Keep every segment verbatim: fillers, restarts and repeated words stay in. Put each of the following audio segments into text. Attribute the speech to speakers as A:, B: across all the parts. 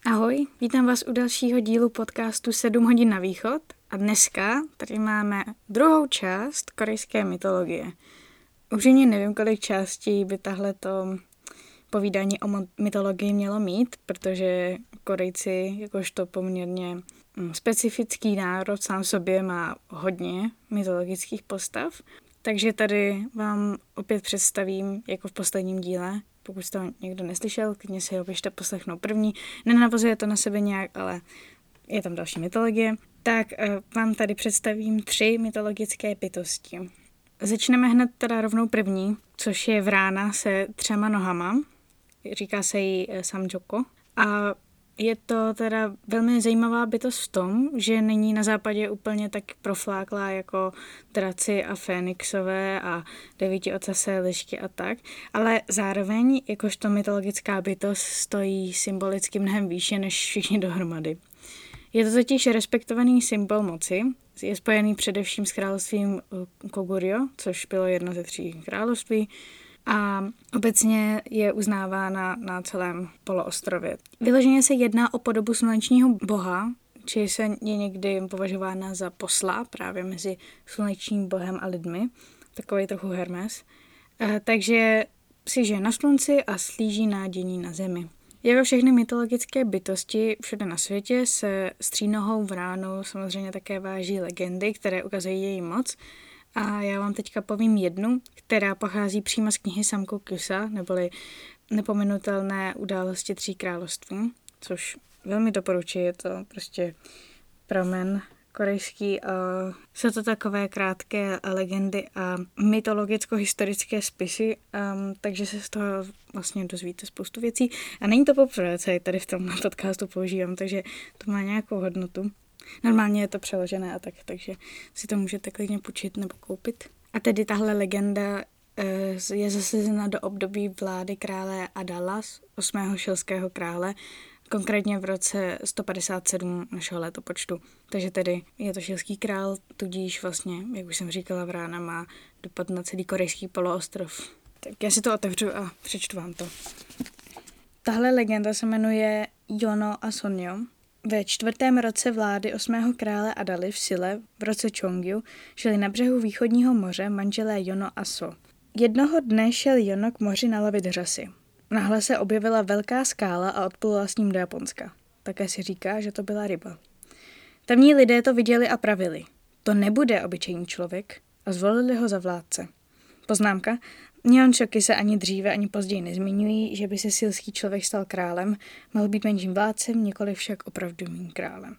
A: Ahoj, vítám vás u dalšího dílu podcastu sedm hodin na východ a dneska tady máme druhou část korejské mytologie. Upřímně nevím, kolik částí by tahleto povídání o mytologii mělo mít, protože Korejci, jakožto poměrně specifický národ, sám sobě má hodně mytologických postav. Takže tady vám opět představím, jako v posledním díle, pokud jste ho někdo neslyšel, klidně si ho běžte poslechnout první. Nenavazuje to na sebe nějak, ale je tam další mytologie. Tak vám tady představím tři mytologické bytosti. Začneme hned teda rovnou první, což je vrána se třema nohama. Říká se jí Samjoko. A je to teda velmi zajímavá bytost v tom, že není na západě úplně tak profláklá jako draci a fénixové a devítiocasé lišky a tak, ale zároveň jakožto mytologická bytost stojí symbolicky mnohem výše než všichni dohromady. Je to totiž respektovaný symbol moci, je spojený především s královstvím Koguryo, což bylo jedno ze tří království, a obecně je uznávána na celém poloostrově. Vyloženě se jedná o podobu slunečního boha, či se je někdy považována za posla právě mezi slunečním bohem a lidmi, takový trochu Hermes. E, takže si žije na slunci a slíží na dění na zemi. Jako všechny mytologické bytosti všude na světě se s třínohou vránou samozřejmě také váží legendy, které ukazují její moc. A já vám teďka povím jednu, která pochází přímo z knihy Samguk-yusa, neboli Nepominutelné události tří království, což velmi doporučuji, je to prostě pramen korejský. A jsou to takové krátké legendy a mytologicko-historické spisy, um, takže se z toho vlastně dozvíte spoustu věcí. A není to poprvé, co tady v tom podcastu používám, takže to má nějakou hodnotu. Normálně je to přeložené a tak, takže si to můžete klidně půjčit nebo koupit. A tedy tahle legenda e, je zasazena do období vlády krále Adalas, osmého šilského krále, konkrétně v roce sto padesát sedm našeho letopočtu. Takže tedy je to šilský král, tudíž vlastně, jak už jsem říkala, vrána má dopad na celý korejský poloostrov. Tak já si to otevřu a přečtu vám to. Tahle legenda se jmenuje Yono a Sonyo. Ve čtvrtém roce vlády osmého krále Adaly v Sile v roce Chongju žili na břehu východního moře manželé Yono a So. Jednoho dne šel Yono k moři nalovit řasy. Nahle se objevila velká skála a odplula s ním do Japonska. Také si říká, že to byla ryba. Tamní lidé to viděli a pravili. To nebude obyčejný člověk a zvolili ho za vládce. Poznámka. Nihonshoky se ani dříve, ani později nezmiňují, že by se silský člověk stal králem, mohl být menším vládcem, nikoli však opravdovým králem.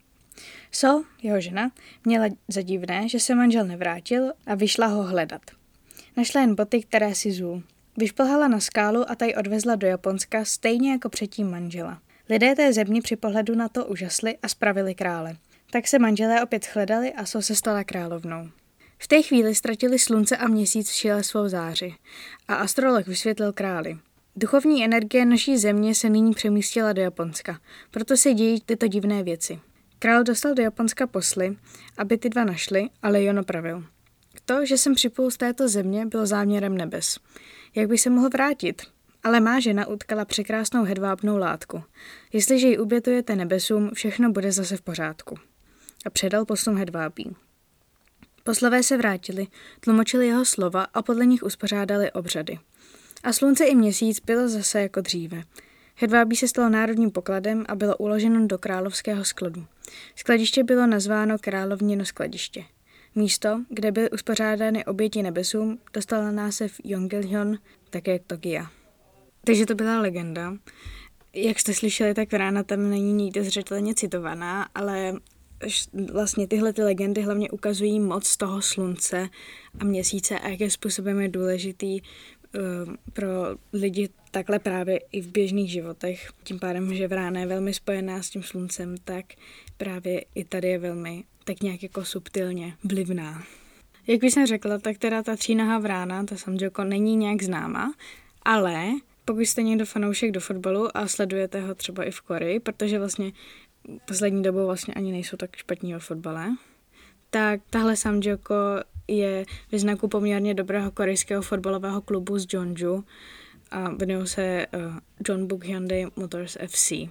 A: So, jeho žena, měla za divné, že se manžel nevrátil a vyšla ho hledat. Našla jen boty, které si zul. Vyšplhala na skálu a taj odvezla do Japonska stejně jako předtím manžela. Lidé té země při pohledu na to užasli a spravili krále. Tak se manželé opět shledali a So se stala královnou. V té chvíli ztratili slunce a měsíc v šile svou záři a astrolog vysvětlil králi. Duchovní energie naší země se nyní přemístila do Japonska, proto se dějí tyto divné věci. Král dostal do Japonska posly, aby ty dva našli, ale Yono pravil. To, že jsem připlul z této země, bylo záměrem nebes. Jak by se mohl vrátit? Ale má žena utkala překrásnou hedvábnou látku. Jestliže ji obětujete nebesům, všechno bude zase v pořádku. A předal poslům hedvábí. Poslové se vrátili, tlumočili jeho slova a podle nich uspořádali obřady. A slunce i měsíc bylo zase jako dříve. Hedvábí se stalo národním pokladem a bylo uloženo do královského skladu. Skladiště bylo nazváno Královnino skladiště. Místo, kde byly uspořádány oběti nebesům, dostala název Yonggiljeon, také Togia. Takže to byla legenda. Jak jste slyšeli, tak vrána tam není nikde zřetelně citovaná, ale vlastně tyhle ty legendy hlavně ukazují moc toho slunce a měsíce a jakým způsobem je důležitý uh, pro lidi takhle právě i v běžných životech. Tím pádem, že vrána je velmi spojená s tím sluncem, tak právě i tady je velmi tak nějak jako subtilně vlivná. Jak bych jsem řekla, tak teda ta třínohá vrána, ta Samjoko, není nějak známá, ale pokud jste někdo fanoušek do fotbalu a sledujete ho třeba i v Koreji, protože vlastně poslední dobou vlastně ani nejsou tak špatní ve fotbale, tak tahle Samjoko je ve znaku poměrně dobrého korejského fotbalového klubu z Jeonju a jmenují se uh, Jeonbuk Hyundai Motors F C.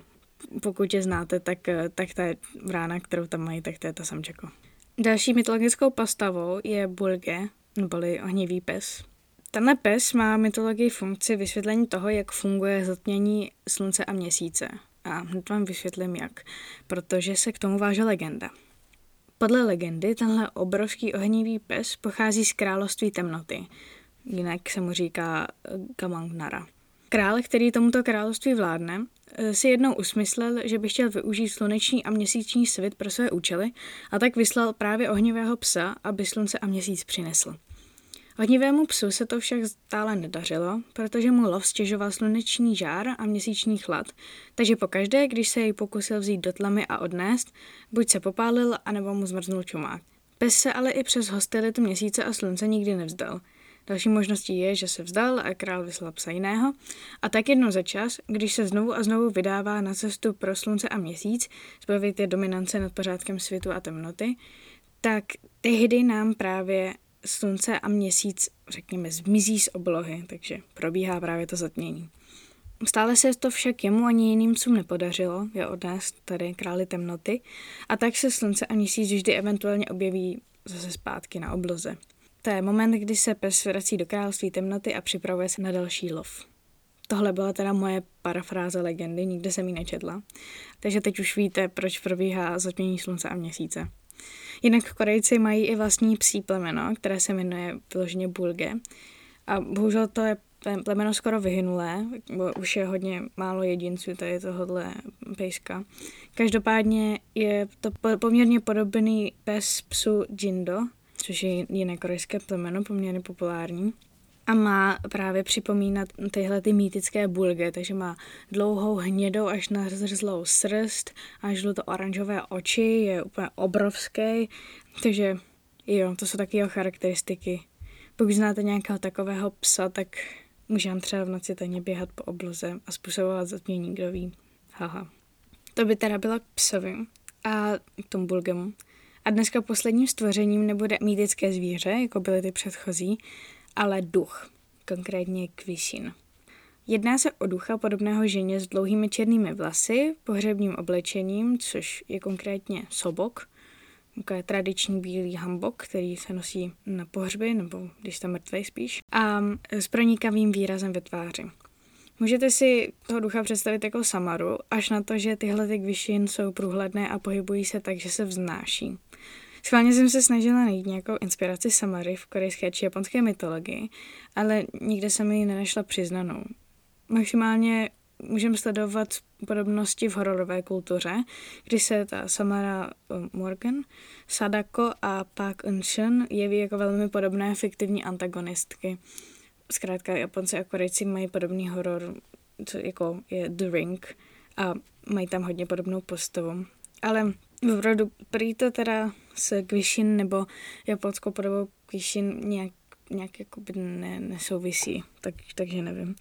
A: pokud je znáte, tak, tak ta vrána, kterou tam mají, tak to je ta samčako. Další mytologickou postavou je Bulge, neboli ohnivý pes. Tenhle pes má mytologii funkci vysvětlení toho, jak funguje zatmění slunce a měsíce. A hned vám vysvětlím jak, protože se k tomu váže legenda. Podle legendy tenhle obrovský ohnivý pes pochází z království temnoty, jinak se mu říká Gamangnara. Král, který tomuto království vládne, si jednou usmyslel, že by chtěl využít sluneční a měsíční svit pro své účely a tak vyslal právě ohnivého psa, aby slunce a měsíc přinesl. Ohnivému psu se to však stále nedařilo, protože mu lov stěžoval sluneční žár a měsíční chlad, takže pokaždé, když se jej pokusil vzít do tlamy a odnést, buď se popálil, anebo mu zmrznul čumák. Pes se ale i přes hostilitu měsíce a slunce nikdy nevzdal. Další možností je, že se vzdal a král vyslal psa jiného. A tak jednou za čas, když se znovu a znovu vydává na cestu pro slunce a měsíc, zbavit je dominance nad pořádkem světu a temnoty, tak tehdy nám právě slunce a měsíc, řekněme, zmizí z oblohy, takže probíhá právě to zatmění. Stále se to však jemu ani jiným psům nepodařilo je odnést tady králi temnoty a tak se slunce a měsíc vždy eventuálně objeví zase zpátky na obloze. To je moment, kdy se pes vrací do království temnoty a připravuje se na další lov. Tohle byla teda moje parafráze legendy, nikde jsem ji nečetla, takže teď už víte, proč probíhá zatmění slunce a měsíce. Jinak Korejci mají i vlastní psí plemeno, které se jmenuje vyloženě Bulge. A bohužel to je plemeno skoro vyhynulé, bo už je hodně málo jedinců tady tohohle pejska. Každopádně je to poměrně podobný pes psu Jindo, což je jiné korejské plemeno, poměrně populární. A má právě připomínat tyhle ty mýtické Bulge, takže má dlouhou hnědou až na zrzlou srst a žluto-oranžové oči, je úplně obrovský, takže jo, to jsou taky jeho charakteristiky. Pokud znáte nějakého takového psa, tak může vám třeba v noci tajně běhat po obloze a způsobovat zatmění, kdo ví. Haha. To by teda bylo k psovi a k tomu Bulgemu. A dneska posledním stvořením nebude mýtické zvíře, jako byly ty předchozí, ale duch, konkrétně Kvishin. Jedná se o ducha podobného ženě s dlouhými černými vlasy, pohřebním oblečením, což je konkrétně sobok, takový tradiční bílý hanbok, který se nosí na pohřby, nebo když jste mrtvej spíš, a s pronikavým výrazem ve tváři. Můžete si toho ducha představit jako Samaru, až na to, že tyhle ty Kvishin jsou průhledné a pohybují se tak, že se vznáší. Schválně jsem se snažila najít nějakou inspiraci Samary v korejské či japonské mytologii, ale nikde jsem ji nenašla přiznanou. Maximálně můžeme sledovat podobnosti v hororové kultuře, kdy se ta Samara Morgan, Sadako a Park Eun-shin jeví jako velmi podobné fiktivní antagonistky. Zkrátka Japonci a Korejci mají podobný horor, co jako je The Ring, a mají tam hodně podobnou postavu. Ale opravdu prý to teda s Kvishin nebo japonskou podobou Kvishin nějak, nějak jakoby ne, nesouvisí, tak, takže nevím.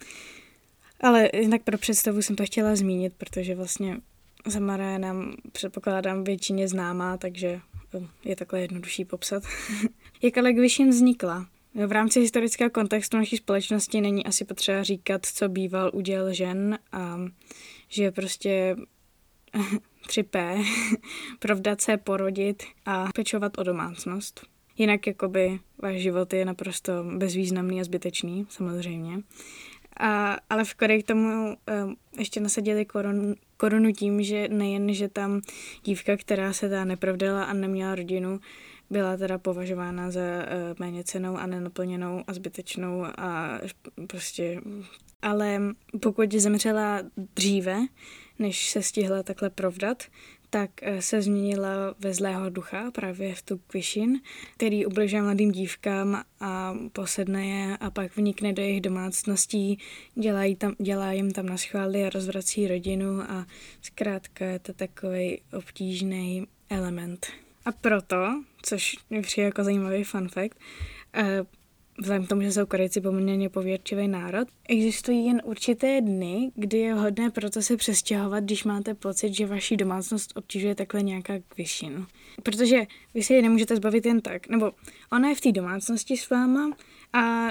A: Ale jinak pro představu jsem to chtěla zmínit, protože vlastně Samara je nám, předpokládám, většině známá, takže je takhle jednodušší popsat. Jak ale Kvishin vznikla? V rámci historického kontextu naší společnosti není asi potřeba říkat, co býval úděl žen a že prostě tři pé, provdat se, porodit a pečovat o domácnost. Jinak jakoby váš život je naprosto bezvýznamný a zbytečný, samozřejmě. A, ale v Koreji k tomu uh, ještě nasadili korun, korunu tím, že nejen, že tam dívka, která se teda neprovdala a neměla rodinu, byla teda považována za uh, méněcennou a nenaplněnou a zbytečnou a prostě... Ale pokud zemřela dříve, než se stihla takhle provdat, tak se změnila ve zlého ducha, právě v tu Kvishin, který ubližuje mladým dívkám a posedne je a pak vnikne do jejich domácností, dělá, tam, dělá jim tam naschvály a rozvrací rodinu a zkrátka je to takový obtížný element. A proto, což mi přijde jako zajímavý fun fact, vzhledem k tomu, že jsou Korejci poměrně pověrčivý národ, existují jen určité dny, kdy je vhodné proto se přestěhovat, když máte pocit, že vaši domácnost obtěžuje takhle nějaká Kvishin. Protože vy si ji nemůžete zbavit jen tak, nebo ona je v té domácnosti s váma a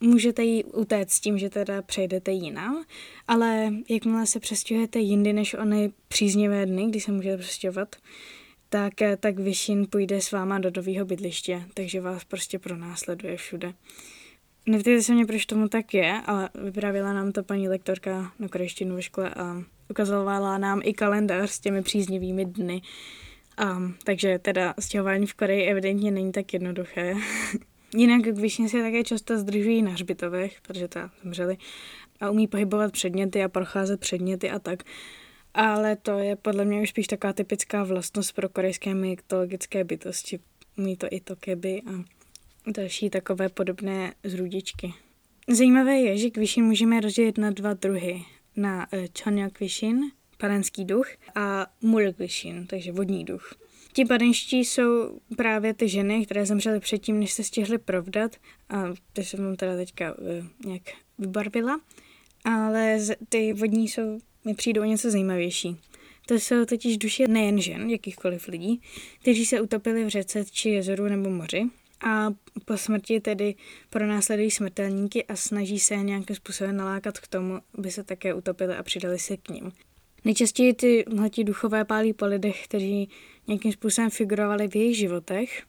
A: můžete jí utéct s tím, že teda přejdete jinam, ale jakmile se přestěhujete jindy než ony příznivé dny, kdy se můžete přestěhovat, tak, tak Vishin půjde s váma do nového bydliště, takže vás prostě pronásleduje všude. Neptejte se mě, proč tomu tak je, ale vyprávěla nám to paní lektorka na korejštinu ve škole a ukazovala nám i kalendář s těmi příznivými dny. A, takže teda stěhování v Koreji evidentně není tak jednoduché. Jinak Vishin se také často zdržují na hřbitovech, protože ta zemřeli, a umí pohybovat předměty a procházet předměty a tak. Ale to je podle mě už spíš taková typická vlastnost pro korejské mytologické bytosti. Umí to i Tokebi a další takové podobné zrůdičky. Zajímavé je, že Vishin můžeme rozdělit na dva druhy. Na Chonyak Vishin, panenský duch, a Mulk Vishin, takže vodní duch. Ti panenští jsou právě ty ženy, které zemřely předtím, než se stihly provdat, a ty jsem vám teda teďka uh, nějak vybarvila, ale ty vodní jsou, mi přijdou něco zajímavější. To jsou totiž duše nejen žen, jakýchkoliv lidí, kteří se utopili v řece či jezeru nebo moři a po smrti tedy pronásledují smrtelníky a snaží se nějakým způsobem nalákat k tomu, aby se také utopili a přidali se k nim. Nejčastěji ty mladí duchové pálí po lidech, kteří nějakým způsobem figurovali v jejich životech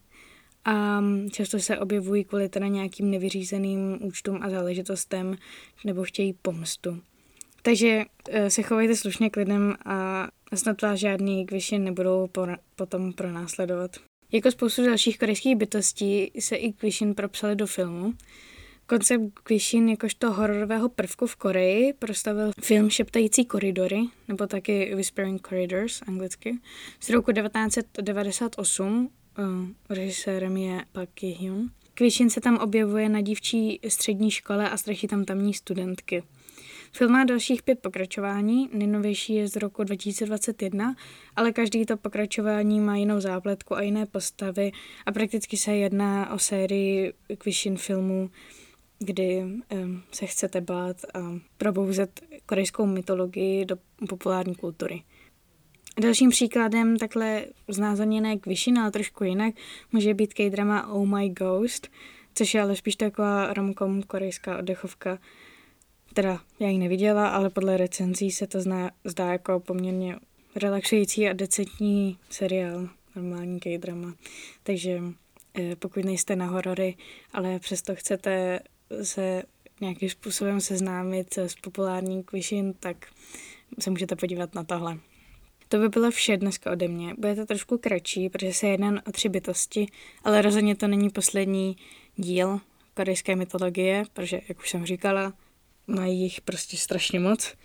A: a často se objevují kvůli teda nějakým nevyřízeným účtům a záležitostem nebo chtějí pomstu. Takže se chovejte slušně k lidem a snad vás žádný Vishin nebudou potom pronásledovat. Jako spoustu dalších korejských bytostí se i Vishin propsali do filmu. Koncept Vishin jakožto hororového prvku v Koreji prostavil film Šeptající koridory, nebo taky Whispering Corridors anglicky, z roku devatenáct set devadesát osm. Uh, režisérem je Park Ki-hyun. Vishin se tam objevuje na dívčí střední škole a straší tam tamní studentky. Film má dalších pět pokračování, nejnovější je z roku dva tisíce dvacet jedna, ale každý to pokračování má jinou zápletku a jiné postavy a prakticky se jedná o sérii Vishin filmů, kdy um, se chcete bát a probouzet korejskou mytologii do populární kultury. Dalším příkladem takhle znázorněné k Vishin, ale trošku jinak, může být K-drama Oh My Ghost, což je ale spíš taková romcom korejská oddechovka. Teda já ji neviděla, ale podle recenzí se to zná, zdá jako poměrně relaxující a decentní seriál, normální K-drama. Takže eh, pokud nejste na horory, ale přesto chcete se nějakým způsobem seznámit s populární Vishin, tak se můžete podívat na tohle. To by bylo vše dneska ode mě. Bude to trošku kratší, protože se jedná o tři bytosti, ale rozhodně to není poslední díl korejské mytologie, protože, jak už jsem říkala, mají jich prostě strašně moc.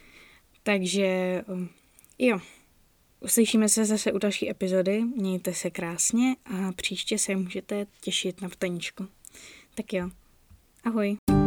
A: Takže jo, uslyšíme se zase u další epizody, mějte se krásně a příště se můžete těšit na vtaníčku. Tak jo, ahoj.